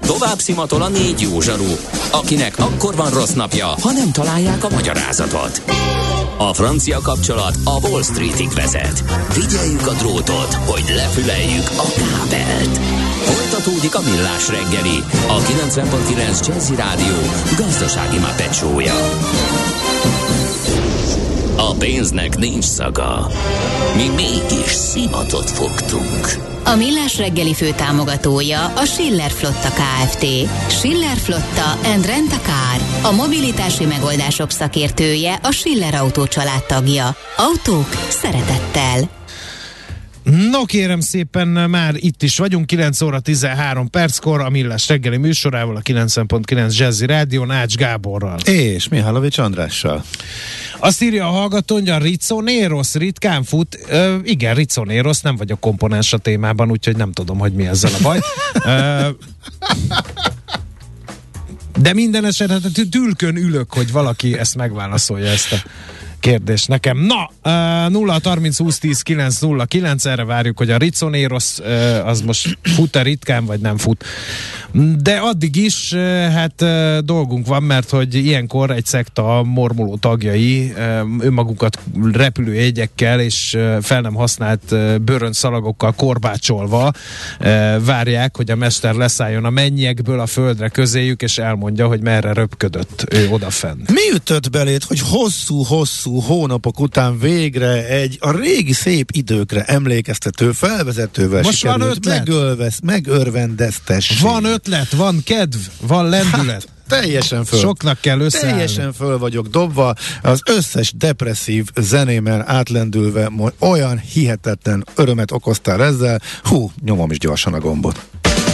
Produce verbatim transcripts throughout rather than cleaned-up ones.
Tovább szimatol a négy jó zsaru, akinek akkor van rossz napja, ha nem találják a magyarázatot. A francia kapcsolat a Wall Streetig vezet. Figyeljük a drótot, hogy lefüleljük a kábelt. Folytatódik a Millás reggeli, a kilencven pont kilenc Jazzy Rádió gazdasági mápecsója. A pénznek nincs szaga. Mi mégis szimatot fogtunk. A Millás reggeli főtámogatója a Schiller Flotta Kft. Schiller Flotta and Rent a Car. A mobilitási megoldások szakértője, a Schiller Autó család tagja. Autók szeretettel. No kérem szépen, már itt is vagyunk, kilenc óra tizenhárom perckor a Millás reggeli műsorával, a kilencven pont kilenc Jazzy Rádión, Ács Gáborral. És Mihálovics Andrással. Azt írja a hallgató, hogy a Riconéros ritkán fut. Ö, igen, Riconéros, nem vagyok komponens a témában, úgyhogy nem tudom, hogy mi ezzel a baj. Ö, de minden esetben tülkön ülök, hogy valaki ezt megválaszolja, ezt a kérdés nekem. Na, uh, nulla harminc húsz tíz kilenc nulla kilenc, erre várjuk, hogy a Riconéros uh, az most fut-e ritkán, vagy nem fut. De addig is, uh, hát uh, dolgunk van, mert hogy ilyenkor egy szekta mormoló tagjai uh, önmagukat repülőjegyekkel és uh, fel nem használt uh, bőrönszalagokkal korbácsolva uh, várják, hogy a mester leszálljon a mennyiekből a földre közéjük, és elmondja, hogy merre röpködött ő odafent. Mi ütött beléd, hogy hosszú-hosszú hónapok után végre egy a régi szép időkre emlékeztető felvezetővel most sikerült van ötlet. megölvesz, megörvendeztesség. Van ötlet, van kedv, van lendület. Hát, teljesen föl. Soknak kell összeállni. Teljesen föl vagyok dobva, az összes depresszív zenémmel átlendülve, olyan hihetetlen örömet okoztál ezzel, hú, nyomom is gyorsan a gombot.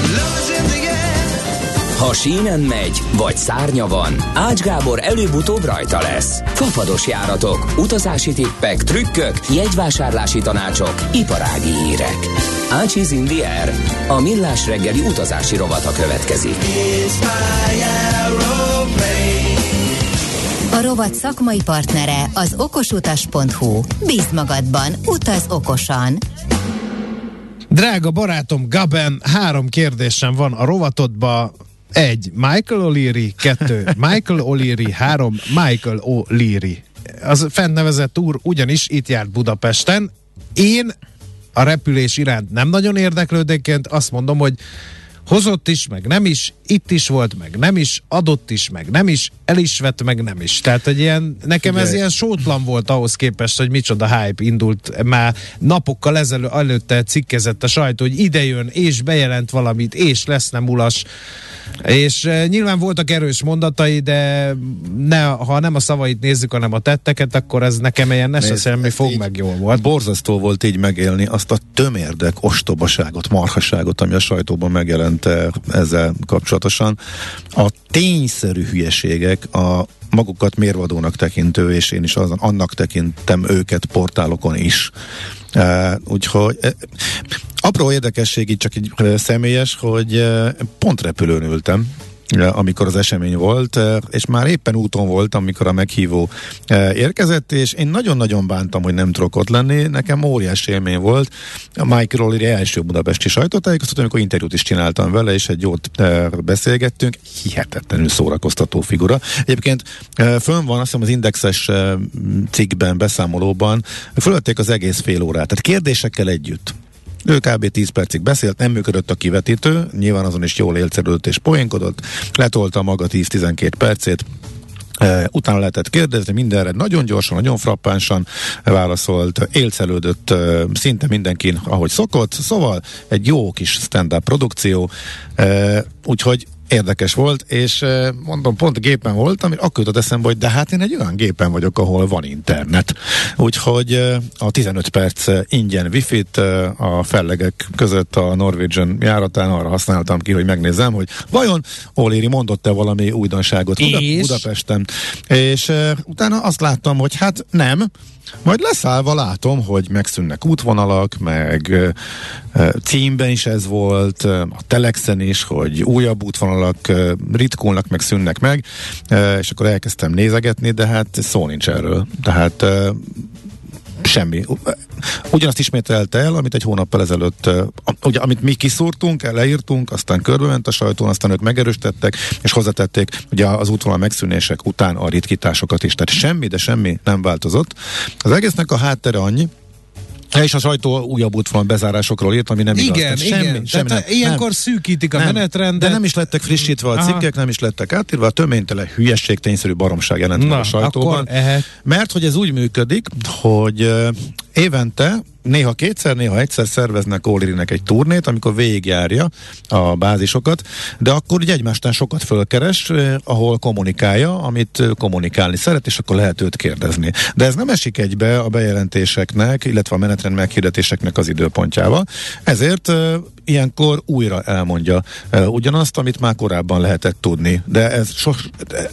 Ha sínen megy, vagy szárnya van, Ács Gábor előbb-utóbb rajta lesz. Fafados járatok, utazási tippek, trükkök, jegyvásárlási tanácsok, iparági hírek. Ácsiz in the air. A Millás reggeli utazási rovata következik. A rovat szakmai partnere az okosutas pont hu. Bízd magadban, utaz okosan! Drága barátom Gaben, három kérdésem van a rovatodba. Egy, Michael O'Leary, kettő, Michael O'Leary, három, Michael O'Leary. Az fennnevezett úr ugyanis itt járt Budapesten. Én a repülés iránt nem nagyon érdeklődéként azt mondom, hogy hozott is, meg nem is, itt is volt, meg nem is, adott is, meg nem is, el is vett, meg nem is. Tehát egy ilyen, nekem ez ilyen sótlan volt ahhoz képest, hogy micsoda hype indult. Már napokkal ezelő, előtte cikkezett a sajtó, hogy idejön, és bejelent valamit, és lesz nem ulas. És uh, nyilván voltak erős mondatai, de ne, ha nem a szavait nézzük, hanem a tetteket, akkor ez nekem ilyen neszesemmi fog meg jól volt. Borzasztó volt így megélni azt a tömérdek, ostobaságot, marhaságot, ami a sajtóban megjelent ezzel kapcsolatosan. A tényszerű hülyeségek, a magukat mérvadónak tekintő, és én is azon, annak tekintem őket portálokon is. Uh, úgyhogy uh, apró érdekesség, így csak egy uh, személyes, hogy uh, pont repülőn ültem, uh, amikor az esemény volt, uh, és már éppen úton voltam, amikor a meghívó uh, érkezett, és én nagyon-nagyon bántam, hogy nem tudok ott lenni. Nekem óriási élmény volt. A Michael O'Leary első budapesti sajtótájékoztató, amikor interjút is csináltam vele, és egy jót uh, beszélgettünk. Hihetetlenül szórakoztató figura. Egyébként uh, fönn van, azt hiszem az Indexes uh, cikkben, beszámolóban, fölötték az egész fél órát, tehát kérdésekkel együtt. Ő kb. tíz percig beszélt, nem működött a kivetítő, nyilván azon is jól élcelődött és poénkodott, letolta maga tíz-tizenkét percét, Uh, utána lehetett kérdezni, mindenre nagyon gyorsan, nagyon frappánsan válaszolt, élcelődött uh, szinte mindenkin, ahogy szokott, szóval egy jó kis stand-up produkció, uh, úgyhogy érdekes volt, és mondom, pont gépen voltam, és akkor jutott eszembe, hogy de hát én egy olyan gépen vagyok, ahol van internet. Úgyhogy a tizenöt perc ingyen wifi-t a fellegek között a Norwegian járatán arra használtam ki, hogy megnézzem, hogy vajon O'Leary mondott-e valami újdonságot Buda- Budapesten. És uh, utána azt láttam, hogy hát nem, majd leszállva látom, hogy megszűnnek útvonalak, meg uh, címben is ez volt, uh, a Telexen is, hogy újabb útvonalak uh, ritkulnak, meg szűnnek meg, uh, és akkor elkezdtem nézegetni, de hát szó nincs erről. Tehát uh, semmi. ugyanazt ismételte el, amit egy hónappal ezelőtt, ugye, amit mi kiszúrtunk, leírtunk, aztán körbement a sajtón, aztán ők megerősítettek, és hozzátették ugye az útvonal megszűnések után a ritkításokat is. Tehát semmi, de semmi nem változott. Az egésznek a háttere annyi, és a sajtó újabb útvonal bezárásokról írt, ami nem igen, igaz. Igen, semmi, semmi tehát nem, ilyenkor nem, szűkítik a nem, menetrendet. De nem is lettek frissítve a cikkek, aha. nem is lettek átírva, a töménytelen hülyesség, tényszerű baromság jelent meg a sajtóban. Mert hogy ez úgy működik, hogy uh, évente néha kétszer, néha egyszer szerveznek O'Learynek egy turnét, amikor végigjárja a bázisokat, de akkor ugye egymástán sokat fölkeres, eh, ahol kommunikálja, amit eh, kommunikálni szeret, és akkor lehet őt kérdezni. De ez nem esik egybe a bejelentéseknek, illetve a menetrend meghirdetéseknek az időpontjával. Ezért eh, ilyenkor újra elmondja eh, ugyanazt, amit már korábban lehetett tudni. De ez sos... De,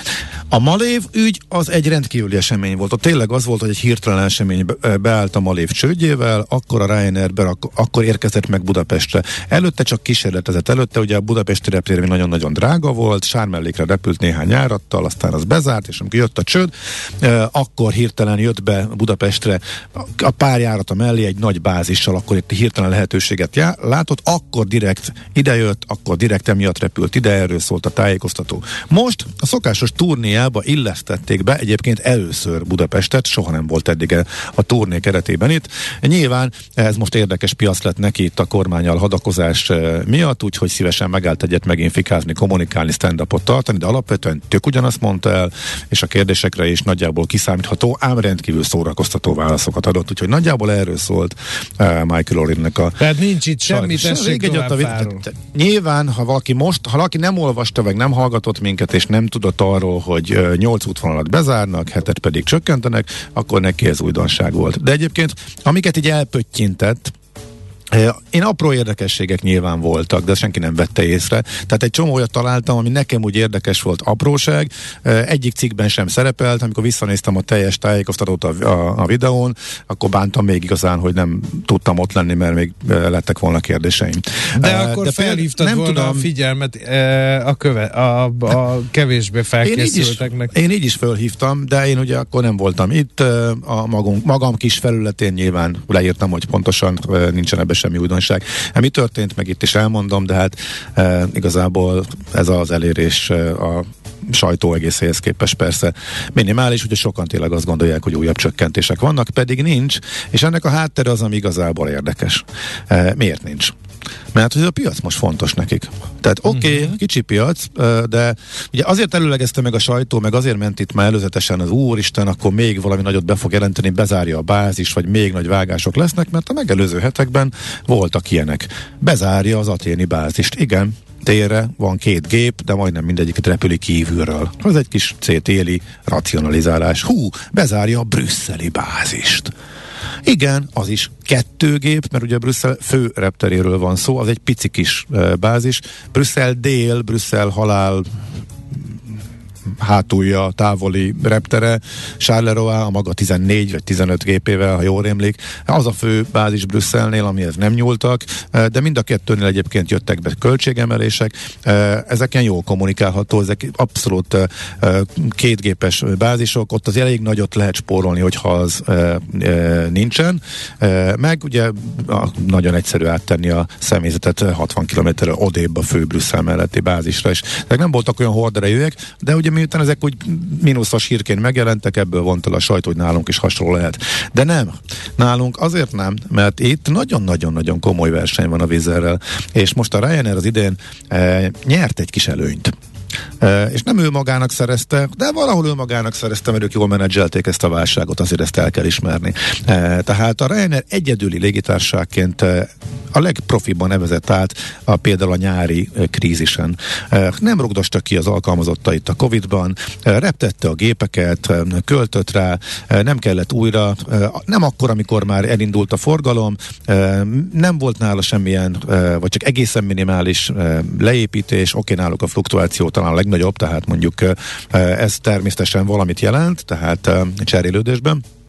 a Malév ügy az egy rendkívüli esemény volt. Ott tényleg az volt, hogy egy hirtelen esemény beállt a Malév csődjével, akkor a Ryanair be, akkor érkezett meg Budapestre. Előtte csak kísérletezett. Előtte ugye a budapesti reptér nagyon-nagyon drága volt, Sármellékre repült néhány járattal, aztán az bezárt, és amikor jött a csőd, akkor hirtelen jött be Budapestre a pár járata mellé egy nagy bázissal, akkor itt hirtelen lehetőséget já- látott, akkor direkt idejött, akkor direkt emiatt repült ide, erről szólt a tájékoztató. Most a szokásos turnéjában illesztették be egyébként először Budapestet, soha nem volt eddig a turné keretében itt. Nyilván ez most érdekes piac lett neki itt a kormánnyal hadakozás miatt, úgyhogy szívesen megállt egyet megint fikázni, kommunikálni, stand-upot tartani, de alapvetően tök ugyanazt mondta el, és a kérdésekre is nagyjából kiszámítható, ám rendkívül szórakoztató válaszokat adott, úgyhogy nagyjából erről szólt Michael O'Learynek a... Tehát nincs itt semmi, tessék tovább fáról. Nyilván, ha valaki most, ha valaki nem olvasta, vagy nem hallgatott minket, és nem tudott arról, hogy nyolc útvonalat bezárnak, hetet pedig csökkentenek, akkor neki ez újdonság volt. De egyébként, amiket így elpöttyintett, én apró érdekességek nyilván voltak, de senki nem vette észre. Tehát egy csomó olyat találtam, ami nekem úgy érdekes volt, apróság. Egyik cikkben sem szerepelt, amikor visszanéztem a teljes tájékoztatót a, a, a videón, akkor bántam még igazán, hogy nem tudtam ott lenni, mert még lettek volna kérdéseim. De uh, akkor de felhívtad nem volna tudom, a figyelmet uh, a, köve, a, a kevésbé felkészülteknek. Én így, is, én így is felhívtam, de én ugye akkor nem voltam itt. A magunk, magam kis felületén nyilván leírtam, hogy pontosan nincsen ebbe semmi újdonság. Mi történt, meg itt is elmondom, de hát e, igazából ez az elérés e, a sajtó egészéhez képest persze minimális, ugye sokan tényleg azt gondolják, hogy újabb csökkentések vannak, pedig nincs, és ennek a háttere az, ami igazából érdekes. E, miért nincs? Mert hogy a piac most fontos nekik. Tehát oké, okay, uh-huh. kicsi piac, de ugye azért előlegezte meg a sajtó, meg azért ment itt már előzetesen az úristen, akkor még valami nagyot be fog jelenteni, bezárja a bázis, vagy még nagy vágások lesznek, mert a megelőző hetekben voltak ilyenek. Bezárja az athéni bázist. Igen, térre van két gép, de majdnem mindegyiket repüli kívülről. Ez egy kis cé-téli racionalizálás. Hú, bezárja a brüsszeli bázist. Igen, az is kettő gép, mert ugye Brüsszel fő repteréről van szó, az egy pici kis uh, bázis. Brüsszel dél, Brüsszel halál hátulja, távoli reptere, Charleroi a maga tizennégy vagy tizenöt gépével, ha jól rémlik. Az a fő bázis Brüsszelnél, amihez nem nyúltak, de mind a kettőnél egyébként jöttek be költségemelések. Ezeken jól kommunikálható, ezek abszolút kétgépes bázisok, ott az elég nagyot lehet spórolni, hogyha az nincsen. Meg ugye nagyon egyszerű áttenni a személyzetet hatvan kilométerrel odébb a fő Brüsszel melletti bázisra is. Ezek nem voltak olyan horderejűek, de ugye miután ezek úgy mínuszos hírként megjelentek, ebből vont el a sajtó, hogy nálunk is hasonló lehet. De nem. Nálunk azért nem, mert itt nagyon-nagyon-nagyon komoly verseny van a Wizzerrel, és most a Ryanair az idén e, nyert egy kis előnyt. Uh, és nem ő magának szerezte, de valahol ő magának szerezte, mert ők jól menedzselték ezt a válságot, azért ezt el kell ismerni. Uh, tehát a Ryanair egyedüli légitársaságként uh, a legprofiban nevezett át a, például a nyári uh, krízisen. Uh, nem rugdosta ki az alkalmazottait a Covidban, uh, reptette a gépeket, uh, költött rá, uh, nem kellett újra, uh, nem akkor, amikor már elindult a forgalom, uh, nem volt nála semmilyen, uh, vagy csak egészen minimális uh, leépítés, oké, náluk a fluktuáció talán a legnagyobb, tehát mondjuk ez természetesen valamit jelent, tehát cserélődésben.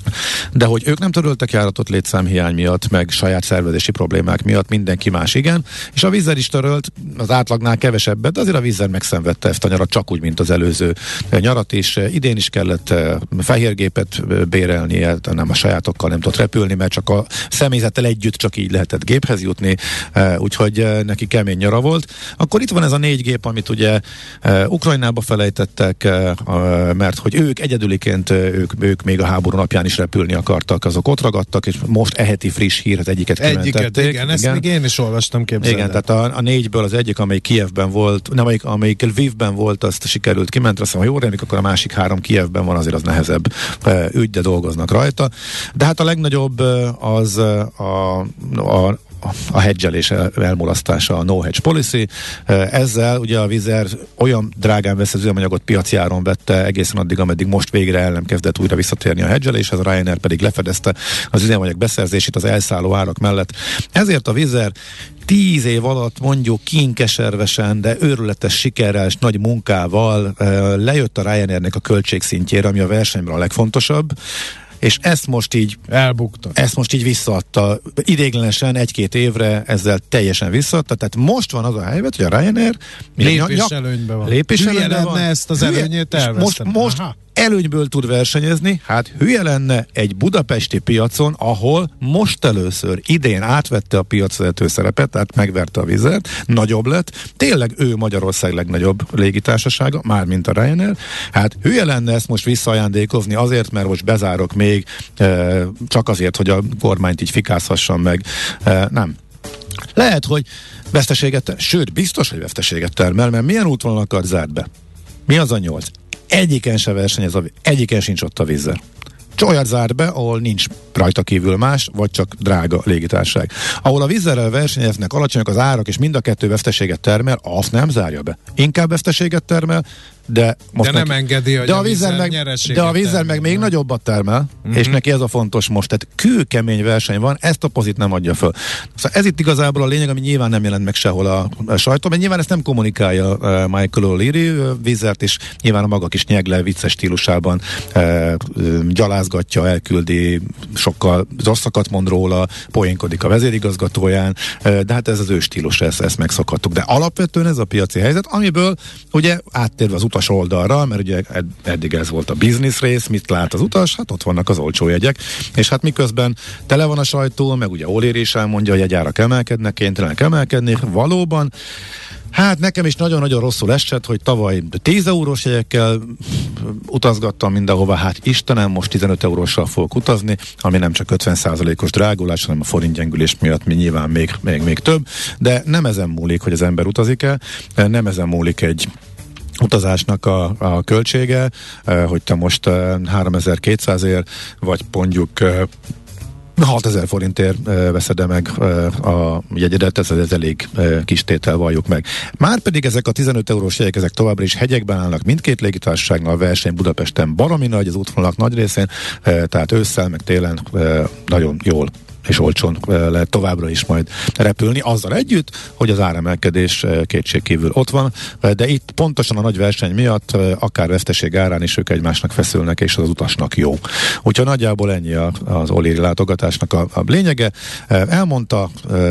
De hogy ők nem töröltek járatot létszámhiány miatt, meg saját szervezési problémák miatt, mindenki más igen, és a Wizz Air is törölt, az átlagnál kevesebbet, de azért a Wizz Air megszenvedte ezt a nyarat, csak úgy, mint az előző nyarat is. Idén is kellett fehérgépet bérelnie, nem a sajátokkal nem tudott repülni, mert csak a személyzettel együtt csak így lehetett géphez jutni, úgyhogy neki kemény nyara volt. Akkor itt van ez a négy gép, amit ugye Ukrajnába felejtettek, mert hogy ők egyedüliként, ők, ők még a háború napján is repülni akartak, azok ott ragadtak, és most eheti friss hír, az egyiket kimentették. Egyiket, igen, ezt igen. Még én is olvastam, képzeld. Igen, tehát a, a négyből az egyik, amelyik Kijevben volt, nem, amelyik, amelyik Lvivben volt, azt sikerült kimentre, azt mondom, ha jól rémlik, akkor a másik három Kijevben van, azért az nehezebb ügy, de dolgoznak rajta. De hát a legnagyobb az a, a a hedgelés elmulasztása, a no hedge policy. Ezzel ugye a Wizz Air olyan drágán vesz az üzemanyagot, piaci áron vette egészen addig, ameddig most végre el nem kezdett újra visszatérni a hedgeléshez, a Ryanair pedig lefedezte az üzemanyag beszerzését az elszálló árak mellett. Ezért a Wizz Air tíz év alatt mondjuk kínkeservesen, de őrületes sikerrel és nagy munkával lejött a Ryanairnek a költségszintjére, ami a versenyben a legfontosabb, és ezt most így elbukta. Ezt most így visszaadta. Idéglenesen egy-két évre ezzel teljesen visszaadta. Tehát most van az a helyzet, hogy a Ryanair lépés előnyben van. Lépés előnyben van. Ezt az előnyét elveszteni. Most, most előnyből tud versenyezni, hát hülye lenne egy budapesti piacon, ahol most először idén átvette a piacvezető szerepet, tehát megverte a Wizz Air-t, nagyobb lett, tényleg ő Magyarország legnagyobb légitársasága, mármint a Ryanair, hát hülye lenne ezt most visszaajándékozni azért, mert most bezárok még, e, csak azért, hogy a kormányt így fikázhassam meg, e, nem. Lehet, hogy veszteséget, sőt, biztos, hogy veszteséget termel, mert milyen útvonalakat zárt be? Mi az a nyolc? Egyiken se versenyez, egyiken sincs ott a Wizz Air. Csak olyat zárt be, ahol nincs rajta kívül más, vagy csak drága légitársaság. Ahol a Wizz Airrel versenyeznek, alacsonyak az árak, és mind a kettő veszteséget termel, azt nem zárja be. Inkább veszteséget termel, de most de neki, nem engedi, hogy de a a Wizz Air meg, de a Wizz Air meg még nagyobbat termel, mm-hmm. és neki ez a fontos most. Tehát kőkemény verseny van, ezt a pozit nem adja föl. Szóval ez itt igazából a lényeg, ami nyilván nem jelent meg sehol a, a sajtó, mert nyilván ezt nem kommunikálja uh, Michael O'Leary, uh, Wizz Air-t is nyilván a maga kis nyegle vicces stílusában uh, uh, gyalázgatja, elküldi, sokkal rosszakat mond róla, poénkodik a vezérigazgatóján, uh, de hát ez az ő stílus, ezt, ezt megszokhattuk. De alapvetően ez a piaci helyzet, amiből ugye áttérve az utas oldalra, mert ugye ed- eddig ez volt a business rész, mit lát az utas? Hát ott vannak az olcsó jegyek, és hát miközben tele van a sajtó, meg ugye O'Leary is elmondja, hogy jegyárak emelkednek, kénytelenek emelkedni, valóban. Hát nekem is nagyon-nagyon rosszul esett, hogy tavaly tíz eurós jegyekkel utazgattam mindenhova, hát Istenem, most tizenöt euróssal fogok utazni, ami nem csak ötven százalékos drágulás, hanem a forintgyengülés miatt mi nyilván még, még, még több, de nem ezen múlik, hogy az ember utazik el, nem ezen múlik egy utazásnak a, a költsége, hogy te most háromezer-kétszázért, vagy mondjuk hatezer forintért veszed meg a jegyedet, ez, ez elég kis tétel, valljuk meg. Márpedig ezek a tizenöt eurós jegyek, ezek továbbra is hegyekben állnak mindkét légitársaságnál, a verseny Budapesten baromi nagy, az útvonalak nagy részén, tehát ősszel, meg télen nagyon jól és olcsón lehet továbbra is majd repülni, azzal együtt, hogy az áremelkedés kétségkívül ott van, de itt pontosan a nagy verseny miatt akár veszteség árán is ők egymásnak feszülnek, és az utasnak jó. Úgyhogy nagyjából ennyi az O'Leary látogatásnak a, a lényege. Elmondta,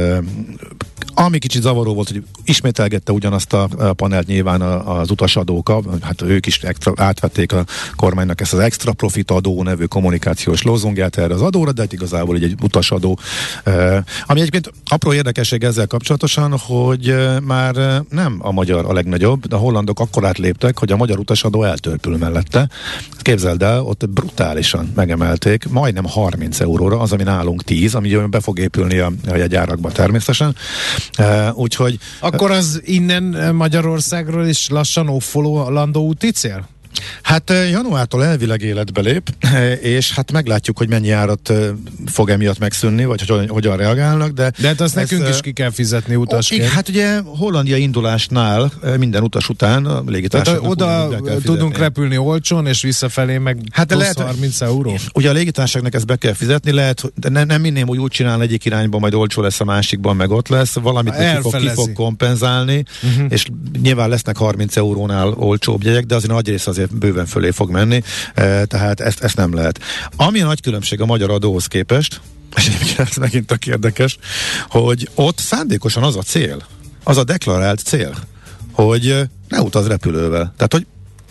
ami kicsit zavaró volt, hogy ismételgette ugyanazt a panelt nyilván az utasadók, hát ők is extra, átvették a kormánynak ezt az extra profit adó nevű kommunikációs lózungját erre az adóra, de igazából így egy utasadó. Ami egyébként apró érdekesség ezzel kapcsolatosan, hogy már nem a magyar a legnagyobb, de a hollandok akkor átléptek, hogy a magyar utasadó eltörpül mellette. Képzeld el, ott brutálisan megemelték, majdnem harminc euróra, az, ami nálunk tíz, ami be fog épülni a, a jegyárakba természetesen. Uh, úgyhogy... Akkor az innen Magyarországról is lassan offoló a landó úti cél? Hát januártól elvileg életbe lép, és hát meglátjuk, hogy mennyi árat fog emiatt megszűnni, vagy hogy hogyan reagálnak, de... De hát azt ez, nekünk is ki kell fizetni utasként. Igen, hát ugye Hollandia indulásnál minden utas után a légitársaságnak oda tudunk repülni olcsón, és visszafelé meg hát plusz lehet, harminc euró. Ugye a légitársaságnak ezt be kell fizetni, lehet, de ne, nem minném, hogy úgy csinál egyik irányban, majd olcsó lesz a másikban, meg ott lesz, valamit ki fog, ki fog kompenzálni, uh-huh. és nyilván lesznek harminc eurónál olcsóbb jegyek, de azért nagy rész azért bőven fölé fog menni, tehát ezt, ezt nem lehet. Ami a nagy különbség a magyar adóhoz képest, és ez megint tök érdekes, hogy ott szándékosan az a cél, az a deklarált cél, hogy ne utaz repülővel. Tehát, hogy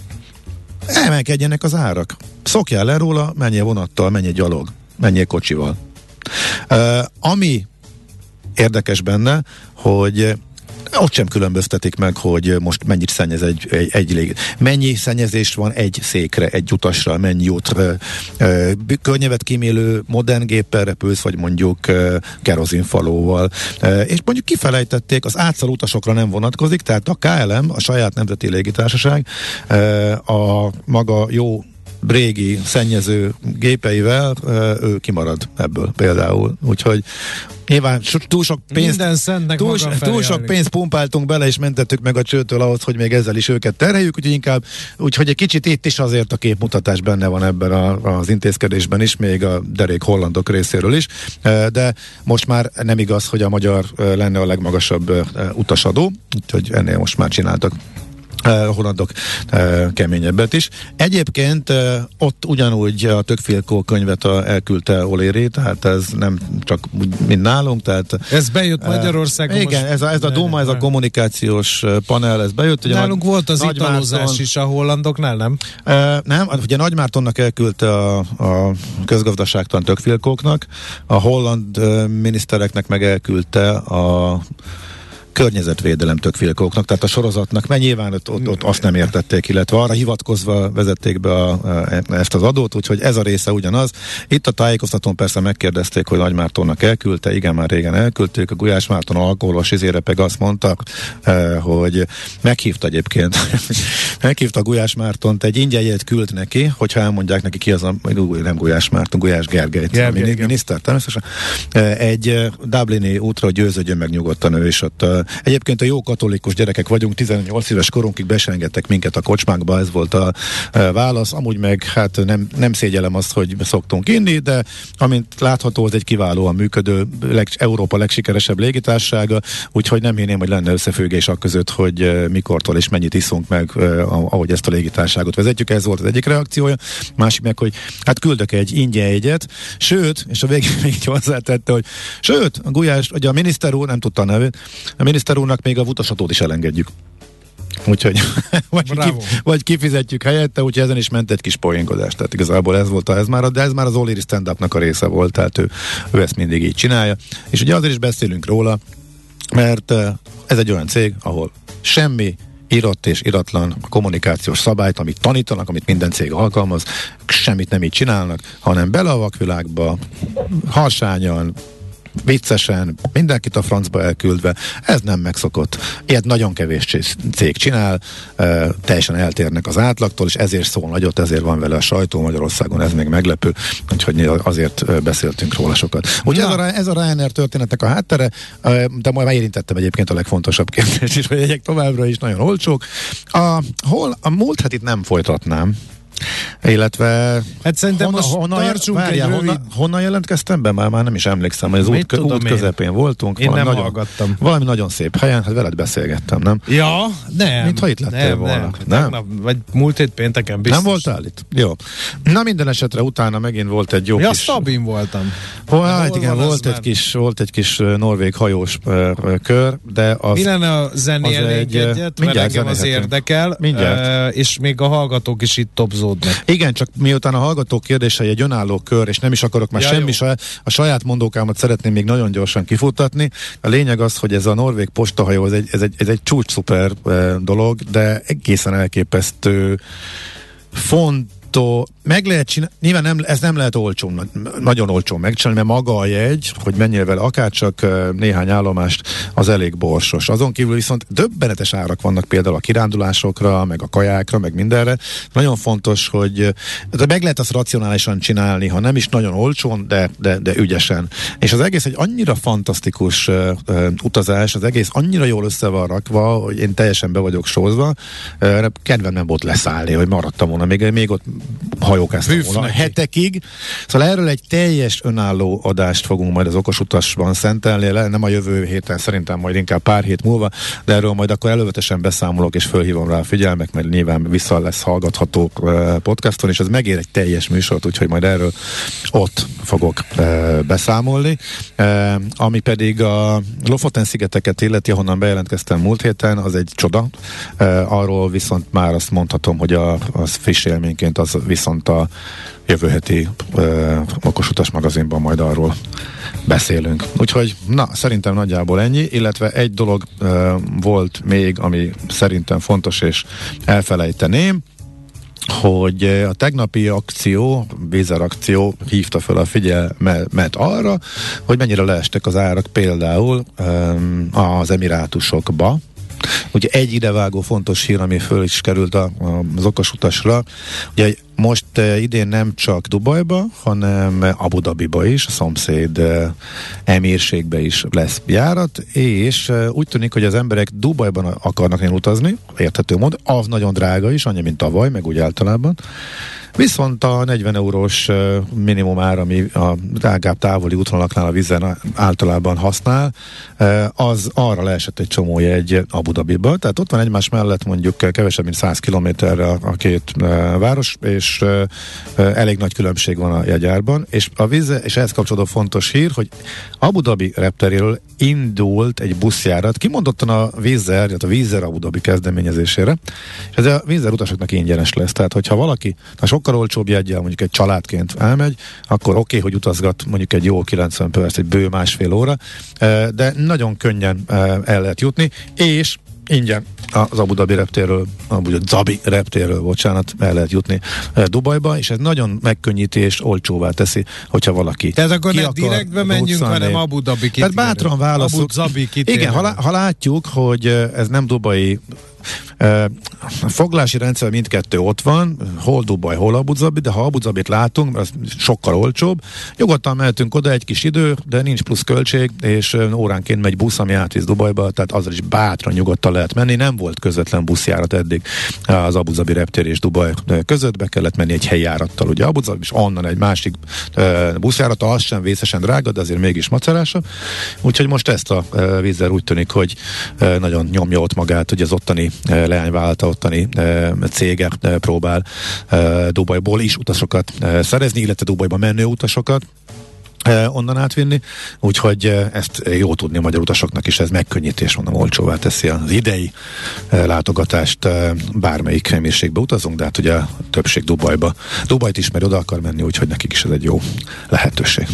emelkedjenek az árak. Szokjál le róla, menjél vonattal, menjél gyalog, menjél kocsival. Uh, ami érdekes benne, hogy ott sem különböztetik meg, hogy most mennyit szennyez egy, egy, egy lég. Mennyi szennyezés van egy székre, egy utasra, mennyi útra, ö, környevet kímélő modern géppel repülsz, vagy mondjuk ö, kerozinfalóval. Ö, és mondjuk kifelejtették, az átszaló utasokra nem vonatkozik, tehát a ká el em, a saját nemzeti légitársaság, ö, a maga jó régi szennyező gépeivel ő kimarad ebből például. Úgyhogy nyilván túl sok pénzt túl, túl sok pénzt pumpáltunk bele, és mentettük meg a csőtől ahhoz, hogy még ezzel is őket terheljük, úgyhogy inkább, úgyhogy egy kicsit itt is azért a képmutatás benne van ebben a, az intézkedésben is, még a derék hollandok részéről is, de most már nem igaz, hogy a magyar lenne a legmagasabb utasadó, úgyhogy ennél most már csináltak Uh, hollandok uh, keményebbet is. Egyébként uh, ott ugyanúgy a Tocqueville könyvet a, elküldte O'Leary, tehát ez nem csak úgy, mint nálunk. Tehát, ez bejött uh, Magyarországon. Igen, most ez a, ez a Duma, ez a kommunikációs panel, ez bejött. Ugye nálunk Nagy, volt az Nagy italozás Márton, is a hollandoknál, nem? Uh, nem, ugye Nagy Mártonnak elküldte a, a közgazdaságtan Tocqueville-kóknak, a holland uh, minisztereknek meg elküldte a környezetvédelem Tocqueville-kóknak, tehát a sorozatnak, mert nyilván ott, ott, ott azt nem értették, illetve arra hivatkozva vezették be a, a, ezt az adót, úgyhogy ez a része ugyanaz. Itt a tájékoztatón persze megkérdezték, hogy Nagy Mártonnak elküldte, igen, már régen elküldték, a Gulyás Márton alkoholos izére meg azt mondta, eh, hogy meghívta egyébként, meghívta Gulyás Mártont, egy ingyenjegyet küld neki, hogyha elmondják neki ki az a, nem Gulyás Márton, Gulyás Gergely, Gergely a miniszter természetesen, egy dublini útra, hogy győződjön meg nyugodtan ő is ott. Egyébként a jó katolikus gyerekek vagyunk, tizennyolc éves korunkig be se engedtek minket a kocsmákba, ez volt a válasz. Amúgy meg hát nem, nem szégyellem azt, hogy szoktunk inni, de amint látható, az egy kiválóan működő, leg, Európa legsikeresebb légitársasága, úgyhogy nem hinném, hogy lenne összefüggés a között, hogy mikortól és mennyit iszunk meg, ahogy ezt a légitársaságot vezetjük. Ez volt az egyik reakciója. Másik meg, hogy hát küldök egy ingyen egyet, sőt, és a végén még így hozzátette, hogy sőt, a Gulyás, ugye a miniszter úr, nem tudta a nevét, a miniszter úrnak még a utasadót is elengedjük. Úgyhogy vagy, ki, vagy kifizetjük helyette, úgyhogy ezen is ment egy kis poénkodás. Tehát igazából ez volt a, ez már, de ez már az O'Leary stand-upnak a része volt, tehát ő, ő ezt mindig így csinálja. És ugye azért is beszélünk róla, mert ez egy olyan cég, ahol semmi írott és iratlan kommunikációs szabályt, amit tanítanak, amit minden cég alkalmaz, semmit nem így csinálnak, hanem bele a vakvilágba, harsányan, viccesen, mindenkit a francba elküldve, ez nem megszokott. Ilyet nagyon kevés cég csinál, e, teljesen eltérnek az átlagtól, és ezért szól nagyot, ezért van vele a sajtó Magyarországon, ez még meglepő, úgyhogy azért beszéltünk róla sokat. Úgyhogy ez a, ez a Ryanair történetnek a háttere, de majd érintettem egyébként a legfontosabb kérdést is, hogy egyek továbbra is nagyon olcsók. A, hol, a múlt hát itt nem folytatnám, illetve hát szerintem honna, most honnan, tartsunk várjál, egy rövid... honnan, honnan jelentkeztem be? Már, már nem is emlékszem, hogy az út, kö, út közepén voltunk. Én nem nagyon, hallgattam. Valami nagyon szép helyen, hát veled beszélgettem, nem? Ja, nem. Mintha itt lettél nem, volna. Nem, nem? Tegnap, vagy múlt hét pénteken biztos. Nem voltál itt? Jó. Na minden esetre utána megint volt egy jó ja, kis... Szabin voltam. Hol, hát igen, volt egy, kis, volt egy kis norvég hajós uh, kör, de az... Mi lenne a zenélnénk egy, egyet, mert engem az érdekel, uh, és még a hallgatók is itt topzódnak. Igen, csak miután a hallgatók kérdései egy önálló kör, és nem is akarok már ja, semmi saját, a saját mondókámat szeretném még nagyon gyorsan kifuttatni. A lényeg az, hogy ez a norvég postahajó, ez egy, ez egy, ez egy csúcs szuper eh, dolog, de egészen elképesztő font meg lehet csinálni, nyilván nem, ez nem lehet olcsó, nagyon olcsó megcsinálni, mert maga a jegy, hogy menjél vele akárcsak néhány állomást, az elég borsos. Azon kívül viszont döbbenetes árak vannak például a kirándulásokra, meg a kajákra, meg mindenre. Nagyon fontos, hogy de meg lehet azt racionálisan csinálni, ha nem is nagyon olcsón, de, de, de ügyesen. És az egész egy annyira fantasztikus uh, uh, utazás, az egész annyira jól össze van rakva, hogy én teljesen be vagyok sózva. Uh, kedvem nem volt leszállni, hogy maradtam volna. Még, még ott hajókáztam volna hetekig. Szóval erről egy teljes önálló adást fogunk majd az Okos Utasban szentelni, nem a jövő héten, szerintem majd inkább pár hét múlva, de erről majd akkor előzetesen beszámolok, és fölhívom rá a figyelmek, mert nyilván vissza lesz hallgatható podcaston, és ez megér egy teljes műsort, úgyhogy majd erről ott fogok beszámolni. Ami pedig a Lofoten-szigeteket illeti, ahonnan bejelentkeztem múlt héten, az egy csoda. Arról viszont már azt mondhatom, hogy a, az friss élményként az viszont a jövő heti uh, Okos Utas magazinban majd arról beszélünk. Úgyhogy, na, szerintem nagyjából ennyi, illetve egy dolog uh, volt még, ami szerintem fontos, és elfelejteném, hogy a tegnapi akció, Vízer akció hívta fel a figyelmet arra, hogy mennyire leestek az árak például um, az Emirátusokba. Ugye egy idevágó fontos hír, ami föl is került a, az Okos Utasra, ugye most uh, idén nem csak Dubajba, hanem Abu Dhabiba is, a szomszéd uh, emírségbe is lesz járat, és uh, úgy tűnik, hogy az emberek Dubajban akarnak utazni, érthető módon, az nagyon drága is, annyi, mint tavaly, meg úgy általában. Viszont a negyven eurós uh, minimum ár, ami a drágább távoli útvonalaknál a Vízen általában használ, uh, az arra leesett egy csomó jegy Abu Dhabiba. Tehát ott van egymás mellett mondjuk kevesebb, mint száz kilométerre a, a két uh, város, és uh, uh, elég nagy különbség van a jegyárban. És a Víze, és ehhez kapcsolódó fontos hír, hogy Abu Dhabi repteréről indult egy buszjárat, kimondottan a Vízer, a Vízer Abu Dhabi kezdeményezésére, és ez a Vízer utasoknak ingyenes lesz. Tehát, hogyha valaki na, sokkal olcsóbb jeggyel, mondjuk egy családként elmegy, akkor oké, okay, hogy utazgat mondjuk egy jó kilencven perc, egy bő másfél óra, de nagyon könnyen el lehet jutni, és ingyen az Abu Dhabi reptérről, Abu Dhabi reptérről, bocsánat, el lehet jutni Dubajba, és ez nagyon megkönnyíti és olcsóvá teszi, hogyha valaki tehát akkor ne direktbe menjünk, hanem Abu Dhabi kitérő. Tehát bátran válaszol. Igen, ha, ha látjuk, hogy ez nem dubai Uh, a foglalási rendszer mindkettő ott van, hol Dubaj, hol Abu Dhabi, de ha Abu Dhabit látunk, az sokkal olcsóbb, nyugodtan mehetünk oda, egy kis idő, de nincs plusz költség, és uh, óránként megy busz, ami átvisz Dubajba, tehát azzal is bátran nyugodtan lehet menni, nem volt közvetlen buszjárat eddig az Abu Dhabi reptér és Dubaj között, be kellett menni egy helyi járattal, ugye Abu Dhabi, és onnan egy másik uh, buszjárata, az sem vészesen drága, de azért mégis macerásabb, úgyhogy most ezt a uh, Vízer úgy tűnik, hogy uh, nagyon nyomja ott magát, hogy az ottani uh, leányvállalata ottani e, cége e, próbál e, Dubajból is utasokat e, szerezni, illetve Dubajba menő utasokat e, onnan átvinni, úgyhogy e, ezt jó tudni a magyar utasoknak is, ez megkönnyítés, mondom, olcsóvá teszi az idei e, látogatást, e, bármelyik emírségbe utazunk, de hát ugye a többség Dubajba. Dubajt ismeri, oda akar menni, úgyhogy nekik is ez egy jó lehetőség.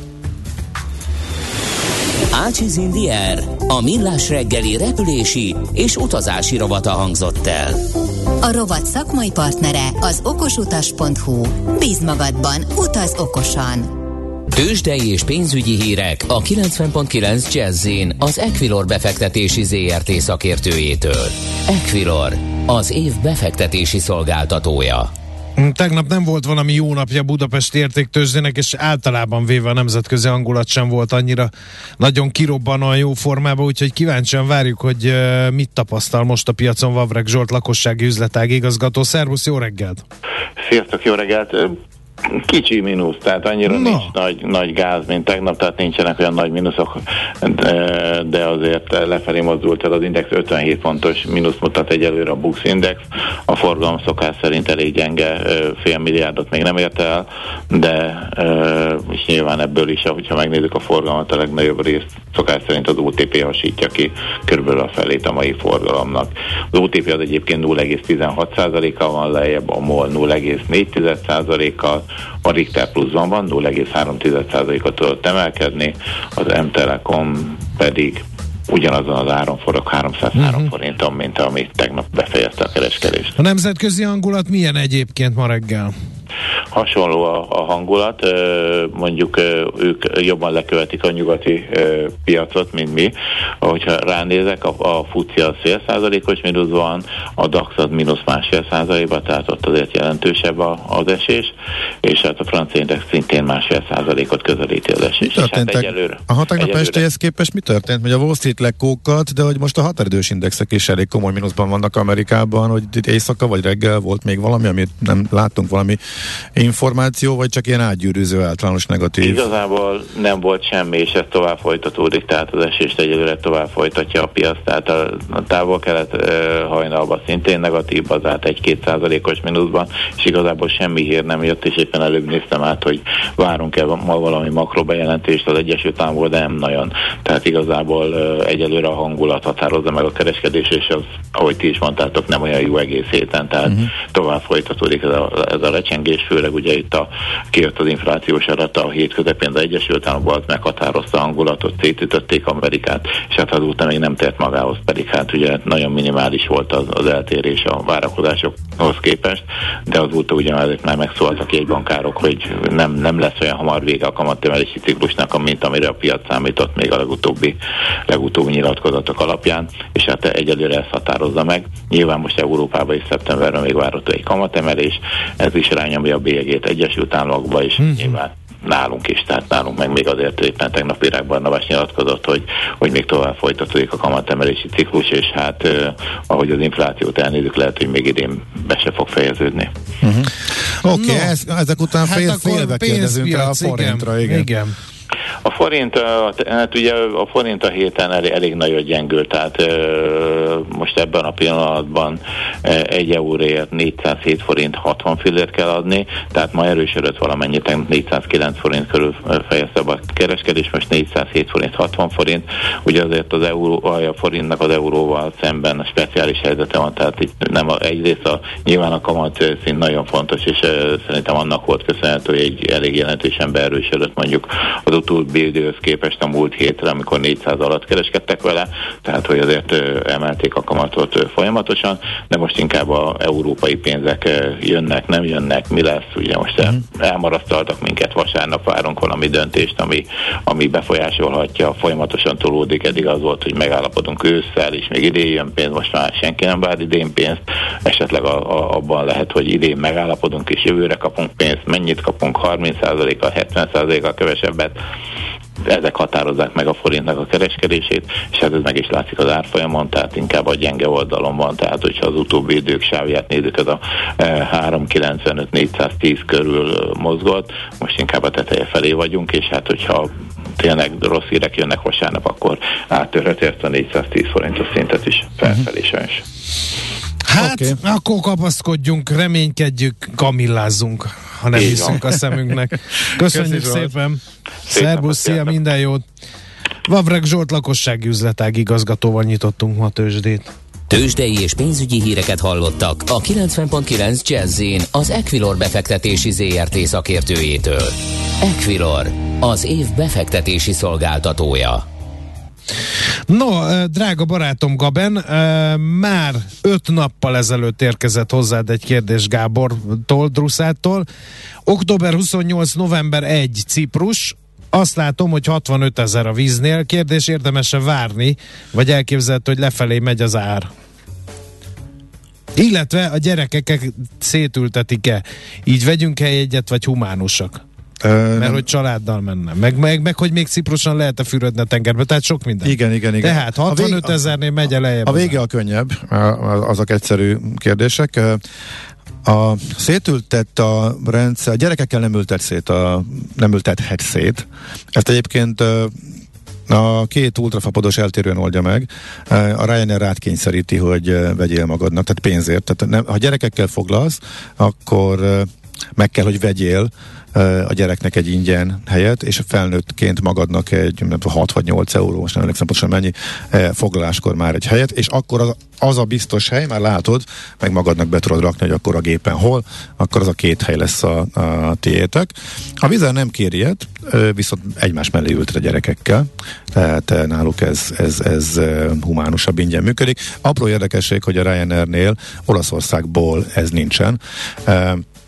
Ácsiz in the Air, a millás reggeli repülési és utazási rovata hangzott el. A rovat szakmai partnere az okosutas pont hu. Bízz magadban, utaz okosan! Tőzsdei és pénzügyi hírek a kilencven pont kilenc Jazz-in az Equilor befektetési zé er té szakértőjétől. Equilor, az év befektetési szolgáltatója. Tegnap nem volt valami jó napja Budapesti értéktőzsdének, és általában véve a nemzetközi hangulat sem volt annyira nagyon kirobbanóan jó formában, úgyhogy kíváncsian várjuk, hogy uh, mit tapasztal most a piacon Vavreg Zsolt, lakossági üzletág igazgató. Szervusz, jó reggelt! Sziasztok, jó reggelt! Kicsi mínusz, tehát annyira no. nincs nagy, nagy gáz, mint tegnap, tehát nincsenek olyan nagy mínuszok, de, de azért lefelé mozdult el az index, ötvenhét pontos mínusz mutat egyelőre a Bux Index, a forgalom szokás szerint elég gyenge, fél milliárdot még nem ért el, de és nyilván ebből is, hogyha megnézzük a forgalmat, a legnagyobb részt szokás szerint az o té pé hasítja ki körülbelül a felét a mai forgalomnak. Az o té pé az egyébként nulla egész tizenhat százalékkal van lejjebb, a MOL nulla egész négy százalékkal, a Richter pluszban van, nulla egész három százalékot tudott emelkedni, az M-Telekom pedig ugyanazon az áron forog háromszázhárom uh-huh. forinton, mint amit tegnap befejezte a kereskedést. A nemzetközi hangulat milyen egyébként ma reggel? hasonló a, a hangulat, mondjuk ők jobban lekövetik a nyugati piacot, mint mi. Hogyha ránézek, a, a fuci az fél százalékos mínusz van, a dax az mínusz másfél százalékban, tehát ott azért jelentősebb az esés, és hát a francia index szintén másfél százalékot közelíti az esés. Mi történt? Hát egyelőre, a tegnap estéhez képest mi történt? Hogy a Wall Street lekókat, de hogy most a határidős indexek is elég komoly mínuszban vannak Amerikában, hogy itt éjszaka vagy reggel volt még valami, amit nem láttunk, valami információ, vagy csak ilyen átgyűrűző általános negatív? Igazából nem volt semmi, és ez tovább folytatódik, tehát az esést egyelőre tovább folytatja a piac, tehát a, a távol-kelet e, hajnalban szintén negatív, az át egy-két százalékos mínuszban, és igazából semmi hír nem jött, és éppen előbb néztem át, hogy várunk-e ma valami makrobejelentést az Egyesült Államokból, de nem nagyon. Tehát igazából e, egyelőre a hangulat határozza meg a kereskedés, és az, ahogy ti is mondtátok, nem olyan jó egész héten, tehát uh-huh. tovább folytatódik ez a, ez a lecsengés, főleg ugye itt a, kijött az inflációs adata a hét közepén az Egyesült Államokban, az meghatározta a hangulatot, szétütötték Amerikát, és hát azóta még nem tért magához, pedig hát ugye nagyon minimális volt az, az eltérés a várakozásokhoz képest, de azóta ugye azért már megszóltak jegybankárok, hogy nem, nem lesz olyan hamar vége a kamatemelési ciklusnak, mint amire a piac számított még a legutóbbi, legutóbbi nyilatkozatok alapján, és hát egyelőre ezt határozza meg. Nyilván most Európában is szeptemberben még várható egy kamatemelés, ez is rányomja a bélyegét Egyesült Államokba is, mm-hmm. nyilván nálunk is, tehát nálunk meg még azért éppen tegnap Virág Barnabás nyilatkozott, hogy, hogy még tovább folytatódik a kamatemelési ciklus, és hát eh, ahogy az inflációt elnézzük, lehet, hogy még idén be se fog fejeződni. Uh-huh. Oké, okay, no. ezek után hát fél, félbe kérdezünk rá a forintra, igen. igen. igen. A forint, hát ugye a forint a héten elég, elég nagyon gyengült, tehát e, most ebben a pillanatban egy euróért négyszázhét forint hatvan fillért kell adni, tehát ma erősödött valamennyit, négyszázkilenc forint körül fejezte a kereskedés, most négyszázhét forint hatvan forint, ugye azért az euró, a forintnak az euróval szemben a speciális helyzete van, tehát itt nem a, egyrészt a, nyilván a kamat szint nagyon fontos, és e, szerintem annak volt köszönhető, hogy egy elég jelentősen beerősödött mondjuk az utóbbi időhöz képest a múlt hétre, amikor négyszáz alatt kereskedtek vele, tehát hogy azért emelték a kamatot folyamatosan, de most inkább az európai pénzek jönnek, nem jönnek, mi lesz, ugye most mm. elmarasztaltak minket, vasárnap várunk valami döntést, ami, ami befolyásolhatja, folyamatosan tolódik, eddig az volt, hogy megállapodunk ősszel, és még idén jön pénz, most már senki nem vár idén pénzt, esetleg a, a, abban lehet, hogy idén megállapodunk, és jövőre kapunk pénzt, mennyit kapunk, harminc százalékkal, hetven százalékkal kevesebbet, ezek határozzák meg a forintnak a kereskedését, és hát ez meg is látszik az árfolyamon, tehát inkább a gyenge oldalon van, tehát hogyha az utóbbi idők sávját nézzük, ez a három kilencvenöt négyszáztíz körül mozgott, most inkább a teteje felé vagyunk, és hát hogyha tényleg rossz hírek jönnek vasárnap, akkor áttörheti ezt a négyszáztíz forintos szintet is felfelé sajnos. Hát, okay. Akkor kapaszkodjunk, reménykedjük, kamillázzunk, ha nem hiszünk a szemünknek. Köszönjük Köszönjük szépen. Szerbusz, szia, minden jót. Vavreg Zsolt lakossági üzletág igazgatóval nyitottunk ma tőzsdét. Tőzsdei és pénzügyi híreket hallottak a kilencven pont kilenc Jazz-in az Equilor befektetési zé er té szakértőjétől. Equilor, az év befektetési szolgáltatója. No, drága barátom Gaben, már öt nappal ezelőtt érkezett hozzád egy kérdés Gábortól, Druszától. október huszonnyolc november elseje Ciprus. Azt látom, hogy hatvanöt ezer a víznél. Kérdés, érdemes-e várni, vagy elképzelhető, hogy lefelé megy az ár? Illetve a gyerekeket szétültetik-e? Így vegyünk-e egyet, vagy humánusak? Mert nem. Hogy családdal menne. Meg, meg, meg hogy még Cipruson lehet-e fürödni a tengerbe, tehát sok minden. Igen, igen, igen. Tehát hatvanöt ezernél megy el lejjebb. A vége a könnyebb, azok egyszerű kérdések. A szétültett a rendszer, a gyerekekkel nem ültet szét, a, nem ültethet szét. Ezt egyébként a két ultrafapodos eltérően oldja meg. A Ryanair átkényszeríti, hogy vegyél magadnak, tehát pénzért. Tehát nem, ha gyerekekkel foglalsz, akkor meg kell, hogy vegyél a gyereknek egy ingyen helyet, és a felnőttként magadnak egy nem tudom, hat vagy nyolc euró, most nem emlékszem pontosan mennyi, foglaláskor már egy helyet, és akkor az, az a biztos hely, már látod, meg magadnak be tudod rakni, hogy akkor a gépen hol, akkor az a két hely lesz a, a tiétek. A Wizz nem kér ilyet, viszont egymás mellé ült a gyerekekkel, tehát náluk ez, ez, ez humánusabb, ingyen működik. Apró érdekesség, hogy a Ryanairnél Olaszországból ez nincsen.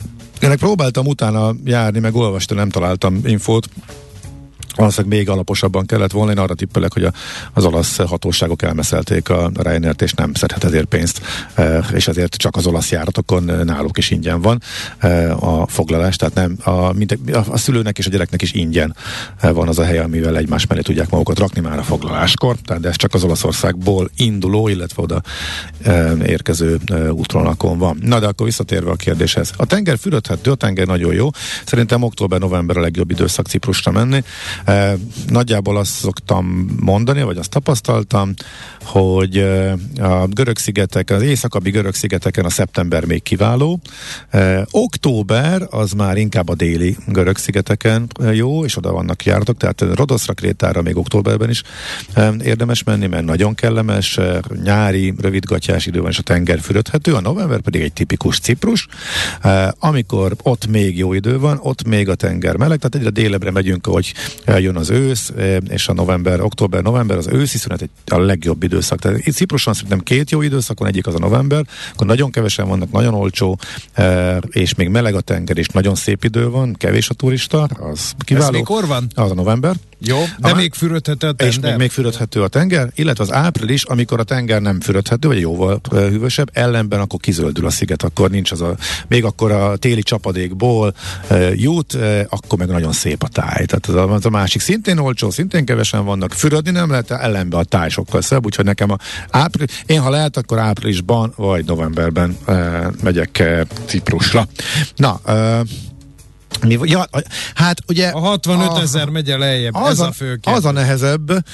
ennek próbáltam utána járni, meg olvastam, nem találtam infót. Valószínűleg még alaposabban kellett volna. Én arra tippelek, hogy a, az olasz hatóságok elmeszelték a Ryanairt, és nem szedhet ezért pénzt, és ezért csak az olasz járatokon náluk is ingyen van a foglalás, tehát nem a, mind, a szülőnek és a gyereknek is ingyen van az a hely, amivel egymás mellé tudják magukat rakni már a foglaláskor, tehát de ez csak az Olaszországból induló, illetve oda érkező útvonalakon van. Na de akkor visszatérve a kérdéshez. A tenger fürödhető, a tenger nagyon jó. Szerintem október-november a legjobb időszak Ciprusra menni. Eh, nagyjából azt szoktam mondani, vagy azt tapasztaltam, hogy eh, a görög-szigetek, az északabbi görög-szigeteken a szeptember még kiváló. Eh, október az már inkább a déli görög-szigeteken jó, és oda vannak járatok, tehát Rodoszra, Krétára még októberben is eh, érdemes menni, mert nagyon kellemes, eh, nyári, rövidgatjás idő van, és a tenger fürödhető, a november pedig egy tipikus Ciprus, eh, amikor ott még jó idő van, ott még a tenger meleg, tehát egyre délebbre megyünk, ahogy jön az ősz, és a november, október-november az őszi szünet egy, a legjobb időszak. Tehát itt Cipruson szerintem két jó időszak van, egyik az a november, akkor nagyon kevesen vannak, nagyon olcsó, és még meleg a tenger, és nagyon szép idő van, kevés a turista, az kiváló. Ez mikor van? Az a november. Jó, de a még fürödhető a tenger. És még, még fürödhető a tenger, illetve az április, amikor a tenger nem fürödhető, vagy jóval hűvösebb, ellenben akkor kizöldül a sziget, akkor nincs az a, még akkor a téli csapadékból uh, jut, uh, akkor meg nagyon szép a táj. Tehát az a, az a másik szintén olcsó, szintén kevesen vannak, fürödni nem lehet, ellenben a táj sokkal szebb, úgyhogy nekem a április, én ha lehet, akkor áprilisban vagy novemberben uh, megyek uh, Ciprusra. Na, uh, Mi, ja, hát ugye a hatvanöt ezer megye lejjebb, ez a, a fő kérdés. Az a nehezebb,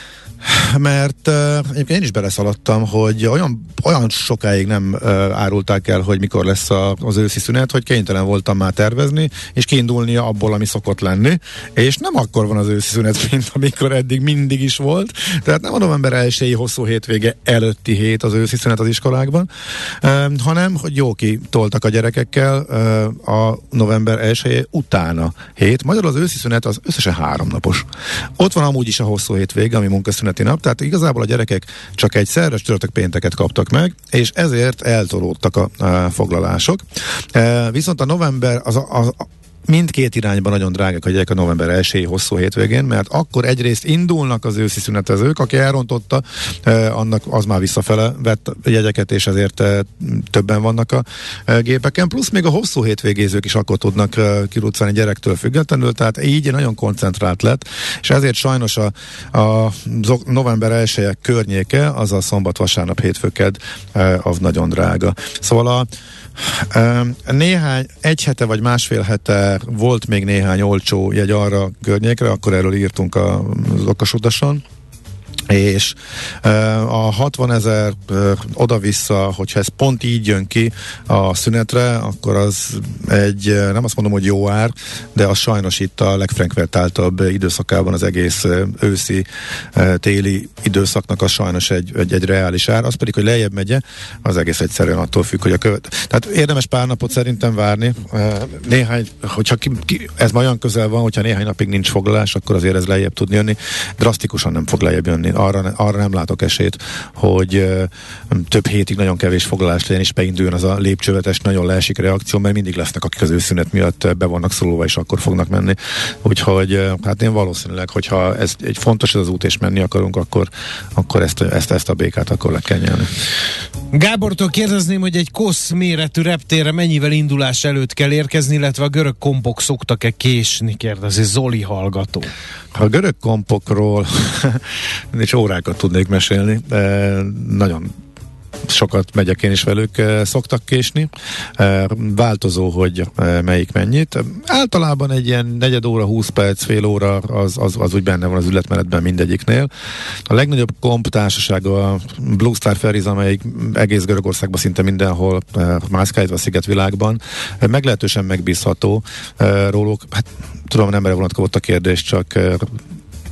mert uh, egyébként én is beleszaladtam, hogy olyan, olyan sokáig nem uh, árulták el, hogy mikor lesz a, az őszi szünet, hogy kénytelen voltam már tervezni, és kiindulnia abból, ami szokott lenni, és nem akkor van az őszi szünet, mint amikor eddig mindig is volt, tehát nem a november elsői hosszú hétvége előtti hét az őszi szünet az iskolákban, uh, hanem, hogy jó kitoltak a gyerekekkel uh, a november elsője utána hét. Magyarul az őszi szünet az összesen három napos. Ott van amúgy is a hosszú hétvége, ami munkaszünet nap, tehát igazából a gyerekek csak egy szerves csütörtök pénteket kaptak meg, és ezért eltolódtak a, a foglalások. E, viszont a november az a, a mindkét irányban nagyon drágák a gyerekek a november elsői hosszú hétvégén, mert akkor egyrészt indulnak az őszi szünetezők, aki elrontotta, eh, annak az már visszafele vett jegyeket, és ezért eh, többen vannak a eh, gépeken, plusz még a hosszú hétvégézők is akkor tudnak eh, kiruccani gyerektől függetlenül, tehát így nagyon koncentrált lett, és ezért sajnos a, a november elsője környéke, az a szombat, vasárnap, hétfőked, eh, az nagyon drága. Szóval a néhány, egy hete vagy másfél hete volt még néhány olcsó jegy arra környékre, akkor erről írtunk az okosutason, és a hatvanezer oda-vissza, hogyha ez pont így jön ki a szünetre, akkor az egy, nem azt mondom, hogy jó ár, de az sajnos itt a legfrekventáltabb időszakában az egész őszi, téli időszaknak az sajnos egy, egy, egy reális ár, az pedig, hogy lejjebb megye, az egész egyszerűen attól függ, hogy a követ. Tehát érdemes pár napot szerintem várni. Néhány, hogyha ki, ki, ez ma olyan közel van, hogyha néhány napig nincs foglalás, akkor azért ez lejjebb tud jönni. Drasztikusan nem fog lejjebb jönni. Arra, arra nem látok esélyt, hogy uh, több hétig nagyon kevés foglalás legyen, és beinduljon az a lépcsővetes, nagyon leesik reakció, mert mindig lesznek, akik az őszünet miatt be vannak szólva, és akkor fognak menni. Úgyhogy uh, hát én valószínűleg, hogyha ez egy fontos ez az út, és menni akarunk, akkor, akkor ezt, ezt, ezt a békát akkor le kell nyelni. Gábortól kérdezném, hogy egy kosz méretű reptérre mennyivel indulás előtt kell érkezni, illetve a görög kompok szoktak-e késni, kérdezi Zoli hallgató. A görög kompokról és órákat tudnék mesélni, de nagyon sokat megyek én is velük, szoktak késni. Változó, hogy melyik mennyit. Általában egy ilyen negyed óra, húsz perc, fél óra az, az, az úgy benne van az üzletmenetben mindegyiknél. A legnagyobb komp társasága a Blue Star Ferries, amelyik egész Görögországban szinte mindenhol mászkálva a szigetvilágban. Meglehetősen megbízható róluk. Hát tudom, nem erre vonatkozott a kérdés, csak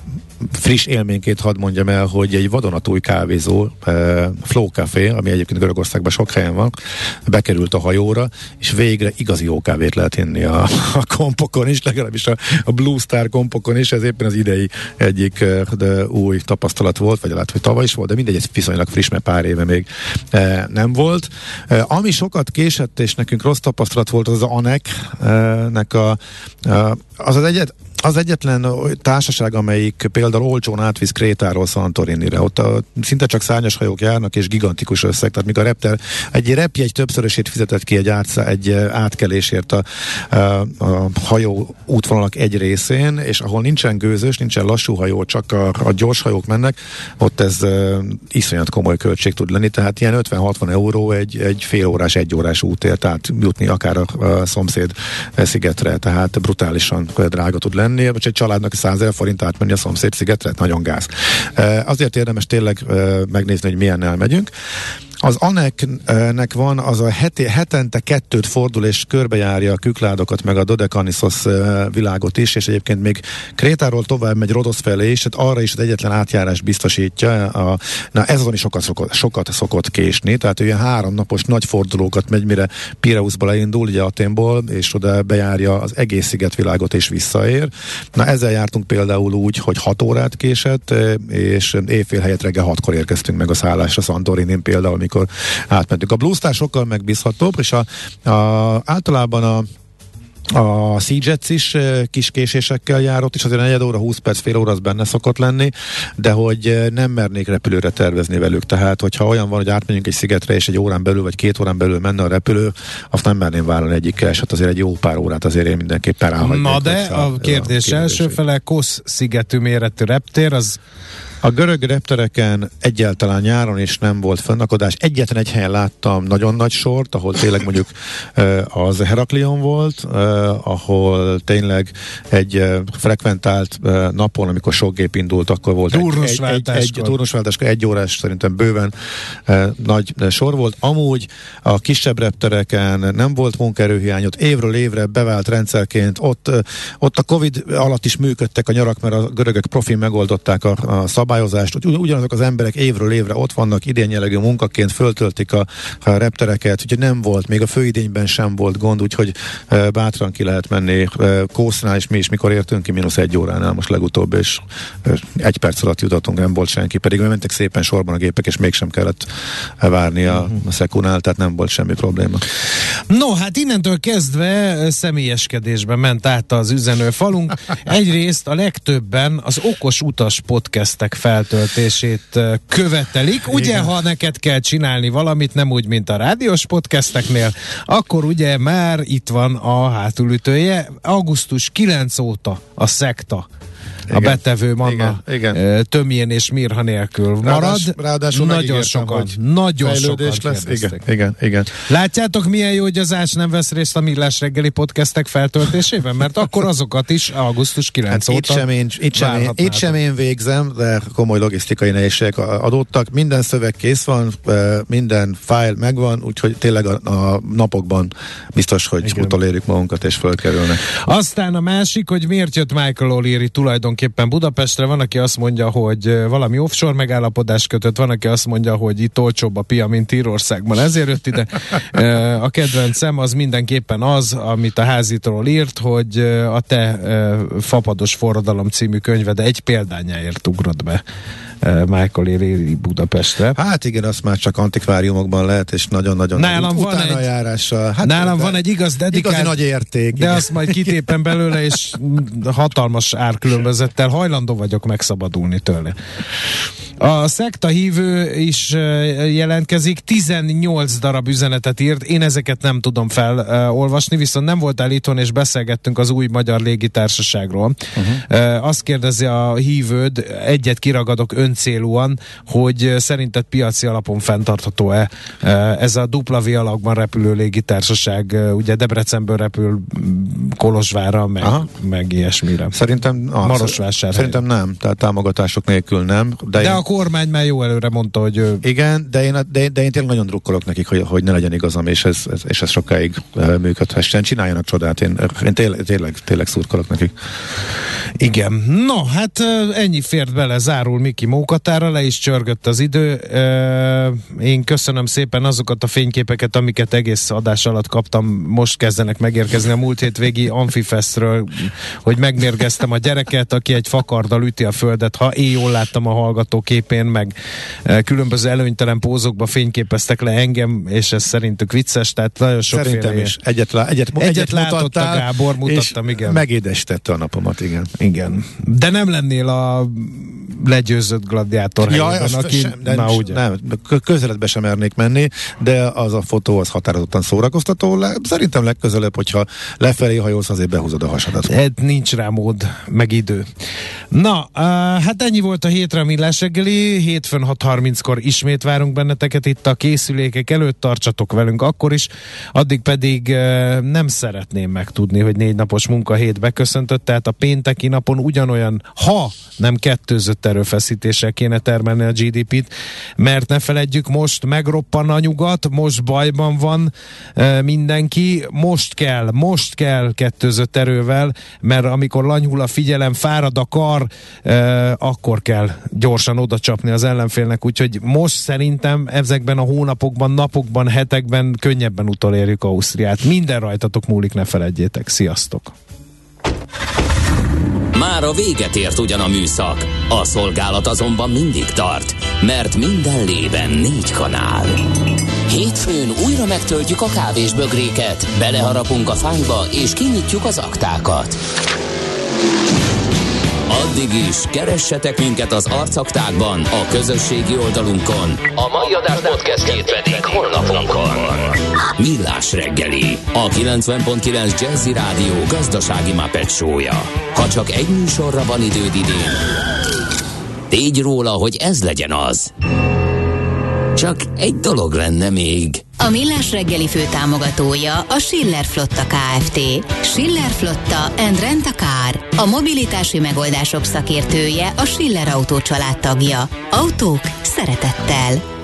friss élményként hadd mondjam el, hogy egy vadonatúj kávézó, Flow Café, ami egyébként Görögországban sok helyen van, bekerült a hajóra, és végre igazi jó kávét lehet inni a, a kompokon is, legalábbis a, a Blue Star kompokon is, ez éppen az idei egyik de új tapasztalat volt, vagy lehet, hogy tavaly is volt, de mindegy, ez viszonylag friss, mert pár éve még nem volt. Ami sokat késett, és nekünk rossz tapasztalat volt, az az Anek-nek a, az az egyet, az egyetlen társaság, amelyik például olcsón átvisz Krétáról Santorinire. Ott a, szinte csak szárnyas hajók járnak, és gigantikus összeg. Tehát míg a repter egy repjegy többszörösét fizetett ki egy, át, egy átkelésért a, a, a hajó útvonalak egy részén, és ahol nincsen gőzös, nincsen lassú hajó, csak a, a gyors hajók mennek, ott ez uh, iszonyat komoly költség tud lenni. Tehát ilyen ötven-hatvan euró egy, egy fél órás, egy órás útért át jutni akár a, a szomszéd szigetre. Tehát brutálisan drága tud lenni. Vagy egy családnak százezer forint átmenni a szomszéd szigetre, nagyon gáz. Azért érdemes tényleg megnézni, hogy milyennel megyünk. Az Aneknek van az a heti, hetente kettőt fordul és körbejárja a Kükládokat, meg a Dodekanissos világot is, és egyébként még Krétáról tovább megy Rodosz felé is, tehát arra is az egyetlen átjárás biztosítja. A, na ez az, ami sokat szokott, sokat szokott késni, tehát olyan három napos nagy fordulókat megy, mire Pireuszba leindul, ugye Athénból, és oda bejárja az egész szigetvilágot és visszaér. Na ezzel jártunk például úgy, hogy hat órát késett, és éjfél helyett reggel hatkor érkeztünk meg a szállásra Santorinin például, amikor átmentünk. A Blue Star sokkal megbízhatóbb, és a, a, általában a A Sea-Jets is kis késésekkel járott, és azért a negyed óra, húsz perc, fél óra az benne szokott lenni, de hogy nem mernék repülőre tervezni velük. Tehát, hogyha olyan van, hogy átmegyünk egy szigetre, és egy órán belül, vagy két órán belül menne a repülő, azt nem merném vállalni egyikkel, és hát azért egy jó pár órát azért én mindenképpen ráhagynék. Na de a kérdés a első fele, Kos szigetű méretű reptér, az a görög reptereken egyáltalán nyáron is nem volt fennakadás. Egyetlen egy helyen láttam nagyon nagy sort, ahol tényleg mondjuk az Heraklion volt, ahol tényleg egy frekventált napon, amikor sok gép indult, akkor volt egy, egy, egy turnusváltáskor, egy órás szerintem bőven nagy sor volt. Amúgy a kisebb reptereken nem volt munkaerőhiány, ott évről évre bevált rendszerként, ott, ott a Covid alatt is működtek a nyarak, mert a görögök profi megoldották a, a szabályozást, hogy ugyanazok az emberek évről évre ott vannak idén jellegű munkaként, föltöltik a, a reptereket, úgyhogy nem volt, még a főidényben sem volt gond, úgyhogy e, bátran ki lehet menni. E, Kósznál is mi is, mikor értünk ki, mínusz egy óránál most legutóbb, és e, egy perc alatt jutottunk, nem volt senki, pedig mentek szépen sorban a gépek, és mégsem kellett várni a, a Szekúnál, tehát nem volt semmi probléma. No, hát innentől kezdve személyeskedésbe ment át az üzenőfalunk. Egyrészt a legtöbben az Okos Utas podcastek feltöltését követelik. Ugye, igen, ha neked kell csinálni valamit, nem úgy, mint a rádiós podcasteknél, akkor ugye már itt van a hátulütője. augusztus kilencedike óta a szekta, a betevő manna tömjén és mirha nélkül marad. Ráadás, ráadásul nagyon sokan, nagyon sokan lesz. Igen, igen, igen. Látjátok, milyen jó, hogy az Ács nem vesz részt a Millás reggeli podcastek feltöltésében? Mert akkor azokat is augusztus kilencedike hát óta itt sem, én, itt, sem én, itt sem én végzem, de komoly logisztikai nehézségek adódtak. Minden szöveg kész van, minden fájl megvan, úgyhogy tényleg a, a napokban biztos, hogy igen, utolérjük magunkat és fölkerülnek. Aztán a másik, hogy miért jött Michael O'Leary tulajdonképpen Budapestre. Van, aki azt mondja, hogy valami offshore megállapodást kötött, van, aki azt mondja, hogy itt olcsóbb a pia, mint Írországban, ezért jött ide. A kedvencem az mindenképpen az, amit a Házitról írt, hogy a te Fapados forradalom című könyved egy példányáért ugrott be Michael O'Leary Budapestre. Hát igen, azt már csak antikváriumokban lehet, és nagyon-nagyon nálam ut- van egy, járással. Hát nálam van egy igaz dedikált, igazi nagy érték. De igen, azt majd kitépen belőle, és hatalmas árkülönbözettel hajlandó vagyok megszabadulni tőle. A szekta hívő is jelentkezik, tizennyolc darab üzenetet írt, én ezeket nem tudom felolvasni, viszont nem voltál itthon, és beszélgettünk az új magyar légitársaságról. Uh-huh. Azt kérdezi a hívőd, egyet kiragadok öncélúan, hogy szerinted piaci alapon fenntartható-e ez a dupla V alakban repülő légitársaság, ugye Debrecenből repül Kolozsvárra, meg, meg ilyesmire. Szerintem, ah, Marosvásárhely. Szerintem nem, tehát támogatások nélkül nem. De, de akkor kormány már jó előre mondta, hogy ő... Igen, de én, de, de én tényleg nagyon drukkolok nekik, hogy, hogy ne legyen igazam, és ez, ez, és ez sokáig uh, működhessen. Csináljanak csodát, én, én tényleg, tényleg, tényleg szurkolok nekik. Igen. No, hát ennyi fért bele, zárul Miki Mókatára, le is csörgött az idő. Én köszönöm szépen azokat a fényképeket, amiket egész adás alatt kaptam, most kezdenek megérkezni a múlt hétvégi Amfifestről, hogy megmérgeztem a gyereket, aki egy fakarddal üti a földet. Ha én jól láttam a hallgató képén, meg különböző előnytelen pózokba fényképeztek le engem, és ez szerintük vicces, tehát nagyon sokféle. Szerintem is. Egyet, lá, egyet, egyet, egyet látott a Gábor, mutattam, igen. Megédesítette a napomat, igen. Igen. De nem lennél a legyőzött gladiátor ja, helyében, aki... Sem, nem, na, ugye. nem, közeledbe sem mernék menni, de az a fotó az határozottan szórakoztató. Szerintem legközelebb, hogyha lefelé hajolsz, azért behúzod a hasadat. Ez nincs rá mód, meg idő. Na, uh, hát ennyi volt a hétre a Millás reggeli. Hétfőn hat harminckor ismét várunk benneteket itt a készülékek előtt, tartsatok velünk akkor is. Addig pedig uh, nem szeretném megtudni, hogy négy napos munkahét beköszöntött, tehát a pénteki napon ugyanolyan, ha nem kettőzött erőfeszítéssel kéne termelni a gé dé pét, mert ne feledjük, most megroppan a nyugat, most bajban van e, mindenki, most kell, most kell kettőzött erővel, mert amikor lanyhul a figyelem, fárad a kar, e, akkor kell gyorsan oda csapni az ellenfélnek, úgyhogy most szerintem ezekben a hónapokban, napokban, hetekben könnyebben utolérjük Ausztriát. Minden rajtatok múlik, ne feledjétek. Sziasztok! Már a véget ért ugyan a műszak, a szolgálat azonban mindig tart, mert minden lében négy kanál. Hétfőn újra megtöltjük a kávésbögréket, beleharapunk a fányba és kinyitjuk az aktákat. Addig is keressetek minket az arcaktákban, a közösségi oldalunkon, a mai adás podcastjét pedig honlapunkon. Millás reggeli, a kilencven pont kilenc Jazzy Rádió gazdasági Muppet show-ja. Ha csak egy műsorra van időd idén, tégy róla, hogy ez legyen az. Csak egy dolog lenne még. A Millás reggeli főtámogatója a Schiller Flotta Kft. Schiller Flotta and Rent a Car. A mobilitási megoldások szakértője, a Schiller Autó család tagja. Autók szeretettel.